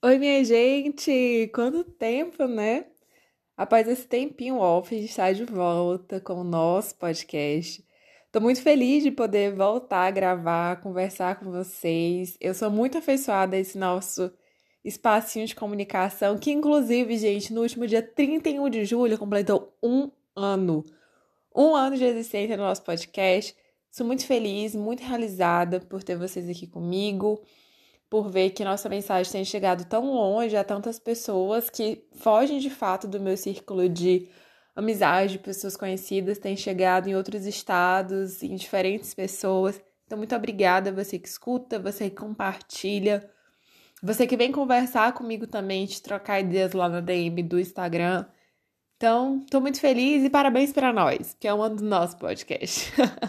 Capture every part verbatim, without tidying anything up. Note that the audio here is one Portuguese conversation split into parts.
Oi, minha gente! Quanto tempo, né? Após esse tempinho off, a gente está de volta com o nosso podcast. Tô muito feliz de poder voltar a gravar, conversar com vocês. Eu sou muito afeiçoada a esse nosso espacinho de comunicação, que inclusive, gente, no último dia trinta e um de julho completou um ano. Um ano de existência no nosso podcast. Sou muito feliz, muito realizada por ter vocês aqui comigo, por ver que nossa mensagem tem chegado tão longe a tantas pessoas que fogem de fato do meu círculo de amizade, de pessoas conhecidas, tem chegado em outros estados, em diferentes pessoas. Então, muito obrigada a você que escuta, você que compartilha, você que vem conversar comigo também, de trocar ideias lá na D M do Instagram. Então, tô muito feliz e parabéns para nós, que é um ano do nosso podcast.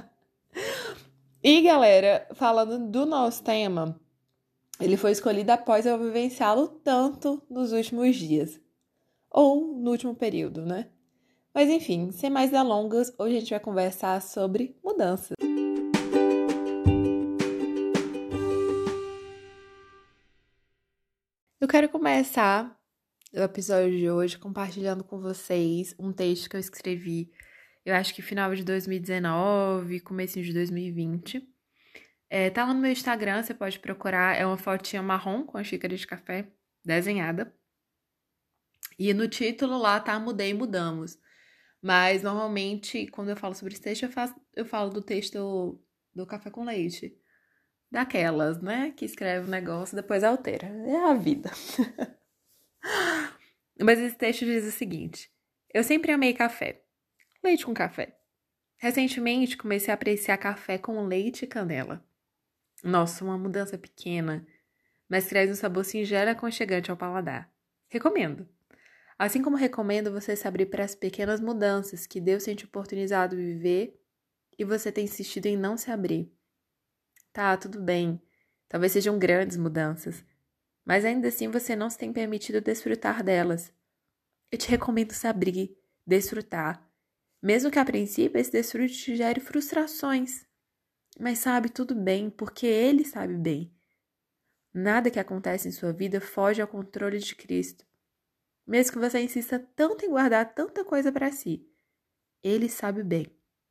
E, galera, falando do nosso tema, ele foi escolhido após eu vivenciá-lo tanto nos últimos dias. Ou no último período, né? Mas enfim, sem mais delongas, hoje a gente vai conversar sobre mudanças. Eu quero começar o episódio de hoje compartilhando com vocês um texto que eu escrevi, eu acho que final de dois mil e dezenove, comecinho de dois mil e vinte. É, tá lá no meu Instagram, você pode procurar, é uma fotinha marrom com a xícara de café desenhada. E no título lá tá Mudei, Mudamos. Mas normalmente, quando eu falo sobre esse texto, eu, faço, eu falo do texto do Café com Leite. Daquelas, né? Que escreve o negócio e depois altera. É a vida. Mas esse texto diz o seguinte: eu sempre amei café. Leite com café. Recentemente comecei a apreciar café com leite e canela. Nossa, uma mudança pequena, mas traz um sabor singelo e aconchegante ao paladar. Recomendo. Assim como recomendo você se abrir para as pequenas mudanças que Deus tem te oportunizado viver e você tem insistido em não se abrir. Tá, tudo bem. Talvez sejam grandes mudanças, mas ainda assim você não se tem permitido desfrutar delas. Eu te recomendo se abrir, desfrutar. Mesmo que a princípio esse desfrute te gere frustrações. Mas sabe, tudo bem, porque Ele sabe bem. Nada que acontece em sua vida foge ao controle de Cristo. Mesmo que você insista tanto em guardar tanta coisa para si, Ele sabe bem.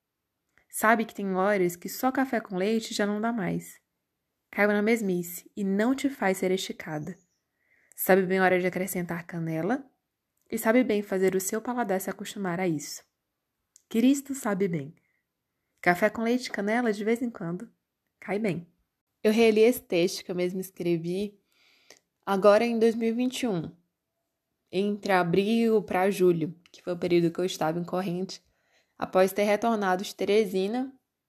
Sabe que tem horas que só café com leite já não dá mais. Caiu na mesmice e não te faz ser esticada. Sabe bem a hora de acrescentar canela e sabe bem fazer o seu paladar se acostumar a isso. Cristo sabe bem. Café com leite e canela de vez em quando cai bem. Eu reli esse texto que eu mesmo escrevi agora em dois mil e vinte e um, entre abril para julho, que foi o período que eu estava em Corrente, após ter retornado de Teresina,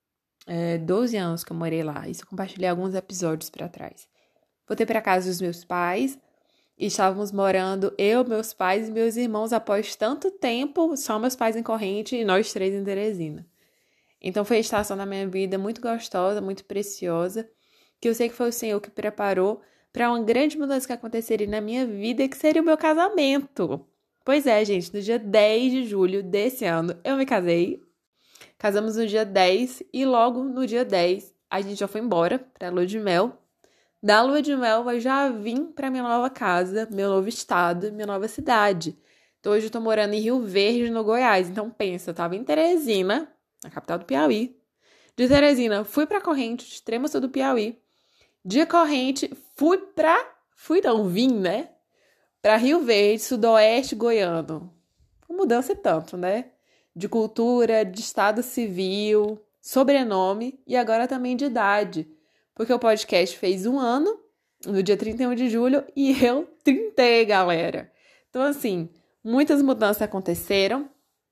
é, doze anos que eu morei lá. Isso eu compartilhei alguns episódios para trás. Voltei para casa dos meus pais e estávamos morando eu, meus pais e meus irmãos após tanto tempo, só meus pais em Corrente e nós três em Teresina. Então foi a estação da minha vida muito gostosa, muito preciosa, que eu sei que foi o Senhor que preparou para uma grande mudança que aconteceria na minha vida, que seria o meu casamento. Pois é, gente, no dia dez de julho desse ano eu me casei. Casamos no dia dez e logo no dia dez a gente já foi embora para a lua de mel. Da lua de mel eu já vim para minha nova casa, meu novo estado, minha nova cidade. Então hoje eu tô morando em Rio Verde, no Goiás. Então pensa, eu tava em Teresina, na capital do Piauí. De Teresina fui para Corrente, extremo sul do Piauí. De Corrente fui pra... Fui não, vim, né? Para Rio Verde, sudoeste goiano. Uma mudança e tanto, né? De cultura, de estado civil, sobrenome e agora também de idade. Porque o podcast fez um ano, no dia trinta e um de julho, e eu trintei, galera. Então, assim, muitas mudanças aconteceram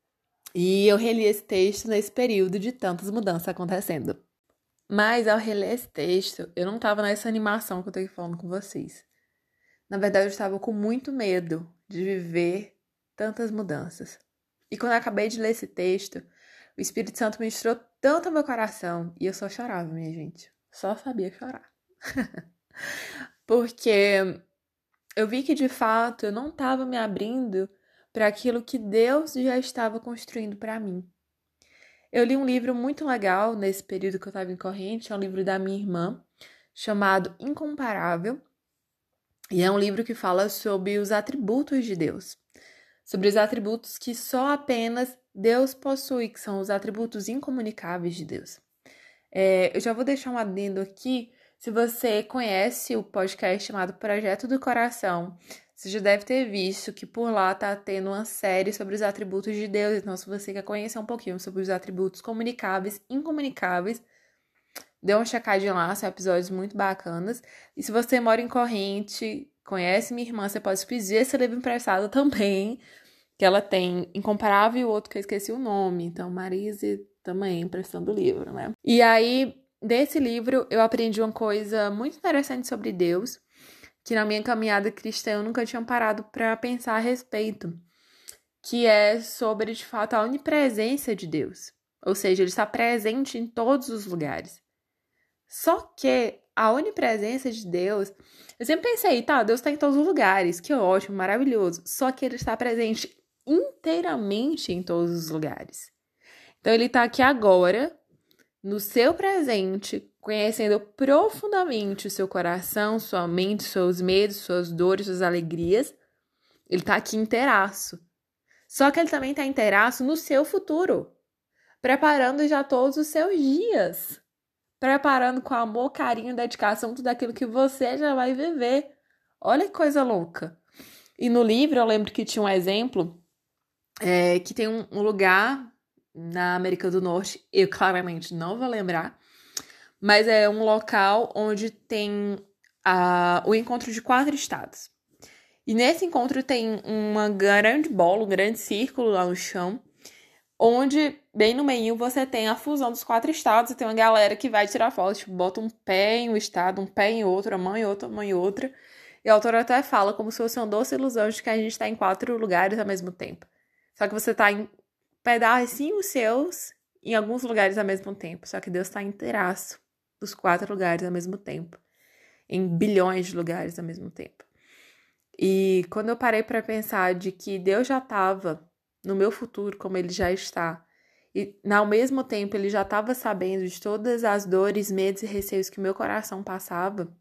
e eu reli esse texto nesse período de tantas mudanças acontecendo. Mas ao reler esse texto, eu não estava nessa animação que eu tô aqui falando com vocês. Na verdade, eu estava com muito medo de viver tantas mudanças. E quando eu acabei de ler esse texto, o Espírito Santo ministrou tanto ao meu coração e eu só chorava, minha gente. Só sabia chorar. Porque eu vi que, de fato, eu não estava me abrindo para aquilo que Deus já estava construindo para mim. Eu li um livro muito legal nesse período que eu estava em Corrente, é um livro da minha irmã, chamado Incomparável. E é um livro que fala sobre os atributos de Deus. Sobre os atributos que só apenas Deus possui, que são os atributos incomunicáveis de Deus. É, eu já vou deixar um adendo aqui. Se você conhece o podcast chamado Projeto do Coração, você já deve ter visto que por lá tá tendo uma série sobre os atributos de Deus. Então, se você quer conhecer um pouquinho sobre os atributos comunicáveis, incomunicáveis, dê uma checadinha lá, são episódios muito bacanas. E se você mora em Corrente, conhece minha irmã, você pode pedir esse livro emprestado também, que ela tem Incomparável e o outro que eu esqueci o nome. Então, Marise também emprestando o livro, né? E aí, desse livro, eu aprendi uma coisa muito interessante sobre Deus, que na minha caminhada cristã eu nunca tinha parado para pensar a respeito, que é sobre, de fato, a onipresença de Deus. Ou seja, ele está presente em todos os lugares. Só que a onipresença de Deus, eu sempre pensei, tá, Deus está em todos os lugares, que ótimo, maravilhoso. Só que ele está presente inteiramente em todos os lugares. Então ele está aqui agora, no seu presente, conhecendo profundamente o seu coração, sua mente, seus medos, suas dores, suas alegrias. Ele está aqui inteiraço. Só que ele também está inteiraço no seu futuro, preparando já todos os seus dias. Preparando com amor, carinho, dedicação, tudo aquilo que você já vai viver. Olha que coisa louca. E no livro eu lembro que tinha um exemplo, é, que tem um, um lugar na América do Norte, eu claramente não vou lembrar, mas é um local onde tem a, o encontro de quatro estados. E nesse encontro tem uma grande bola, um grande círculo lá no chão, onde, bem no meio, você tem a fusão dos quatro estados e tem uma galera que vai tirar foto, tipo, bota um pé em um estado, um pé em outro, a mão em outra, a mão em outra. E a autora até fala como se fosse uma doce ilusão de que a gente está em quatro lugares ao mesmo tempo. Só que você está em pedacinhos seus em alguns lugares ao mesmo tempo. Só que Deus está inteiraço dos quatro lugares ao mesmo tempo. Em bilhões de lugares ao mesmo tempo. E quando eu parei para pensar de que Deus já estava no meu futuro como ele já está, e ao mesmo tempo ele já estava sabendo de todas as dores, medos e receios que meu coração passava,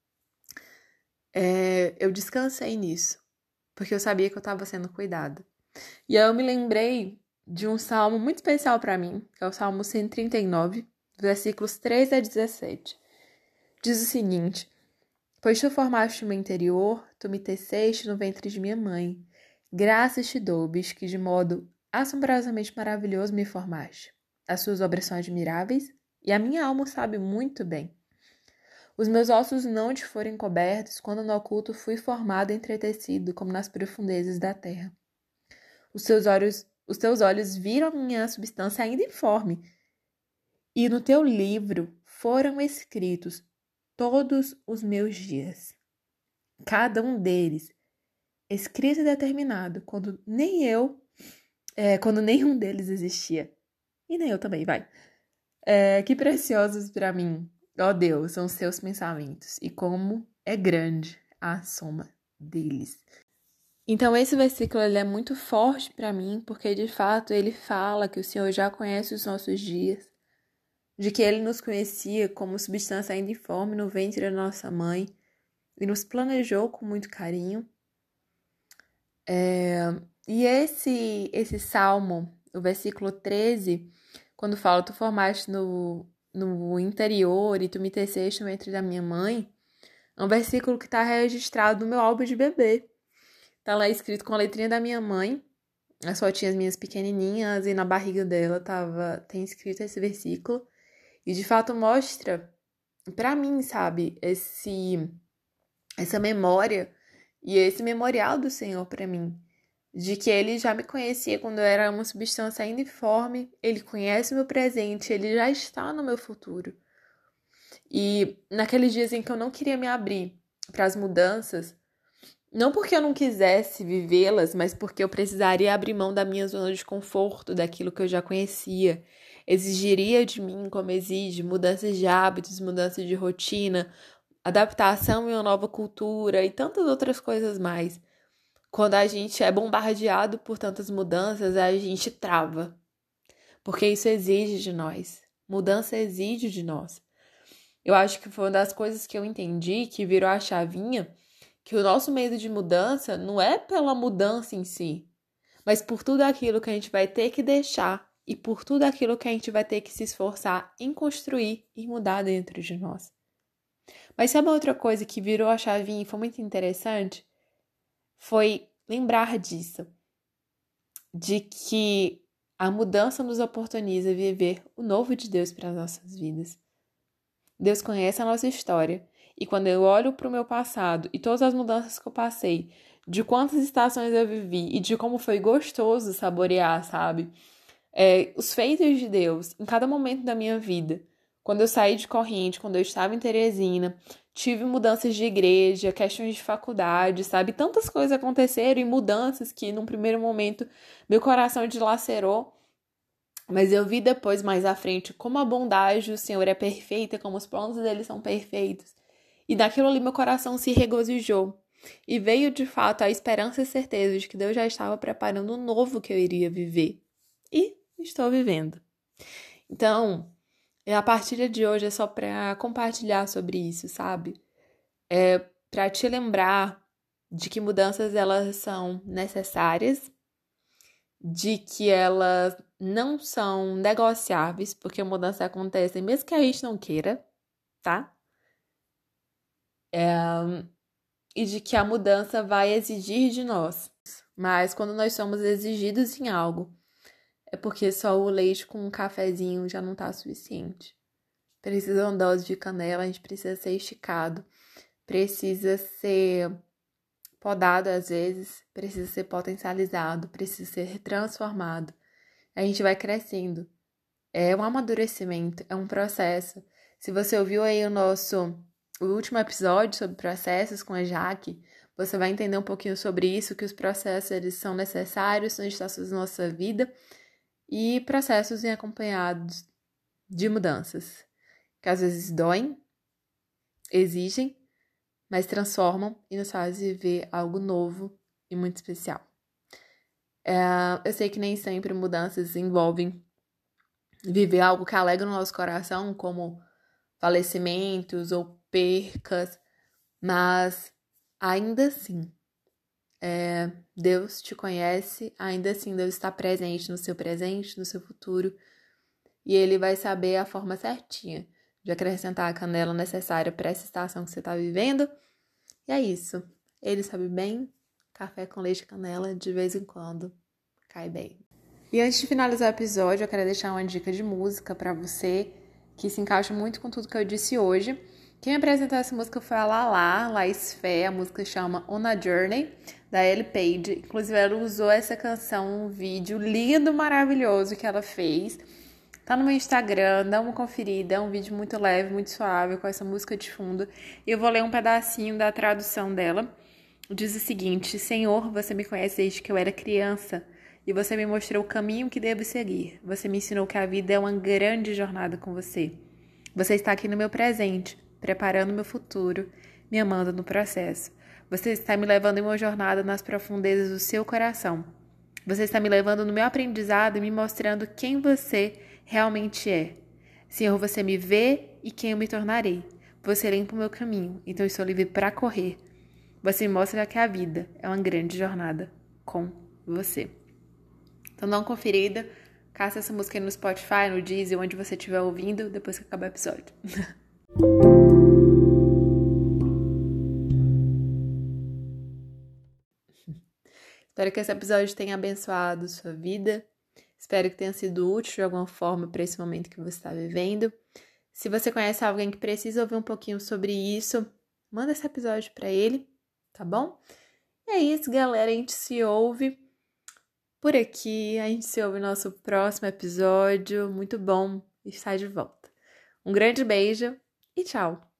é, eu descansei nisso, porque eu sabia que eu estava sendo cuidada. E aí eu me lembrei de um salmo muito especial para mim, que é o Salmo cento e trinta e nove, versículos três a dezessete. Diz o seguinte: Pois tu formaste o meu interior, tu me teceste no ventre de minha mãe. Graças te dou, bicho, que de modo assombrosamente maravilhoso me formaste. As suas obras são admiráveis e a minha alma sabe muito bem. Os meus ossos não te foram encobertos quando no oculto fui formado e entretecido como nas profundezas da terra. Os teus olhos, os teus olhos viram a minha substância ainda informe e no teu livro foram escritos todos os meus dias, cada um deles escrito e determinado, quando nem eu, é, quando nenhum deles existia. E nem eu também, vai. É, que preciosos para mim, ó Deus, são os seus pensamentos, e como é grande a soma deles. Então esse versículo ele é muito forte para mim, porque de fato ele fala que o Senhor já conhece os nossos dias, de que ele nos conhecia como substância ainda informe no ventre da nossa mãe, e nos planejou com muito carinho. É, e esse, esse salmo, o versículo treze, quando fala, tu formaste no, no interior e tu me teceste no ventre da minha mãe, é um versículo que está registrado no meu álbum de bebê. Está lá escrito com a letrinha da minha mãe, as fotinhas minhas pequenininhas, e na barriga dela tava, tem escrito esse versículo. E de fato mostra, para mim, sabe, esse, essa memória e esse memorial do Senhor para mim, de que ele já me conhecia quando eu era uma substância ainda informe, ele conhece o meu presente, ele já está no meu futuro. E naqueles dias em que eu não queria me abrir para as mudanças, não porque eu não quisesse vivê-las, mas porque eu precisaria abrir mão da minha zona de conforto, daquilo que eu já conhecia. Exigiria de mim, como exige, mudanças de hábitos, mudanças de rotina, adaptação em uma nova cultura e tantas outras coisas mais. Quando a gente é bombardeado por tantas mudanças, a gente trava. Porque isso exige de nós. Mudança exige de nós. Eu acho que foi uma das coisas que eu entendi, que virou a chavinha, que o nosso medo de mudança não é pela mudança em si, mas por tudo aquilo que a gente vai ter que deixar e por tudo aquilo que a gente vai ter que se esforçar em construir e mudar dentro de nós. Mas sabe outra coisa que virou a chavinha e foi muito interessante? Foi lembrar disso, de que a mudança nos oportuniza viver o novo de Deus para as nossas vidas. Deus conhece a nossa história. E quando eu olho para o meu passado e todas as mudanças que eu passei, de quantas estações eu vivi e de como foi gostoso saborear, sabe? É, os feitos de Deus em cada momento da minha vida. Quando eu saí de Corrente, quando eu estava em Teresina, tive mudanças de igreja, questões de faculdade, sabe? Tantas coisas aconteceram e mudanças que, num primeiro momento, meu coração dilacerou. Mas eu vi depois, mais à frente, como a bondade do Senhor é perfeita, como os planos dele são perfeitos. E daquilo ali meu coração se regozijou. E veio, de fato, a esperança e certeza de que Deus já estava preparando o novo que eu iria viver. E estou vivendo. Então, a partilha de hoje é só para compartilhar sobre isso, sabe? É para te lembrar de que mudanças elas são necessárias, de que elas não são negociáveis, porque mudanças acontecem mesmo que a gente não queira, tá? É, e de que a mudança vai exigir de nós. Mas quando nós somos exigidos em algo, é porque só o leite com um cafezinho já não tá suficiente. Precisa uma dose de canela, a gente precisa ser esticado, precisa ser podado às vezes, precisa ser potencializado, precisa ser transformado. A gente vai crescendo. É um amadurecimento, é um processo. Se você ouviu aí o nosso o último episódio sobre processos com a Jaque, você vai entender um pouquinho sobre isso, que os processos eles são necessários, são estações da nossa vida e processos vêm acompanhados de mudanças, que às vezes doem, exigem, mas transformam e nos fazem viver algo novo e muito especial. É, eu sei que nem sempre mudanças envolvem viver algo que alegra o nosso coração, como falecimentos ou percas, mas ainda assim, é, Deus te conhece, ainda assim Deus está presente no seu presente, no seu futuro, e Ele vai saber a forma certinha de acrescentar a canela necessária para essa estação que você está vivendo. E é isso. Ele sabe bem, café com leite e canela, de vez em quando, cai bem. E antes de finalizar o episódio, eu quero deixar uma dica de música para você, que se encaixa muito com tudo que eu disse hoje. Quem me apresentou essa música foi a Lala, Laís Fé, a música chama On a Journey, da Ellie Page. Inclusive, ela usou essa canção num vídeo lindo, maravilhoso que ela fez. Tá no meu Instagram, dá uma conferida, é um vídeo muito leve, muito suave, com essa música de fundo. E eu vou ler um pedacinho da tradução dela. Diz o seguinte: Senhor, você me conhece desde que eu era criança, e você me mostrou o caminho que devo seguir. Você me ensinou que a vida é uma grande jornada com você. Você está aqui no meu presente, preparando o meu futuro, me amando no processo. Você está me levando em uma jornada nas profundezas do seu coração. Você está me levando no meu aprendizado e me mostrando quem você realmente é. Senhor, você me vê e quem eu me tornarei. Você limpa o meu caminho, então eu estou livre para correr. Você me mostra que a vida é uma grande jornada com você. Então dá uma conferida, caça essa música aí no Spotify, no Deezer, onde você estiver ouvindo, depois que acabar o episódio. Espero que esse episódio tenha abençoado sua vida. Espero que tenha sido útil de alguma forma para esse momento que você está vivendo. Se você conhece alguém que precisa ouvir um pouquinho sobre isso, manda esse episódio para ele, tá bom? E é isso, galera. A gente se ouve por aqui. A gente se ouve no nosso próximo episódio. Muito bom estar de volta. Um grande beijo e tchau!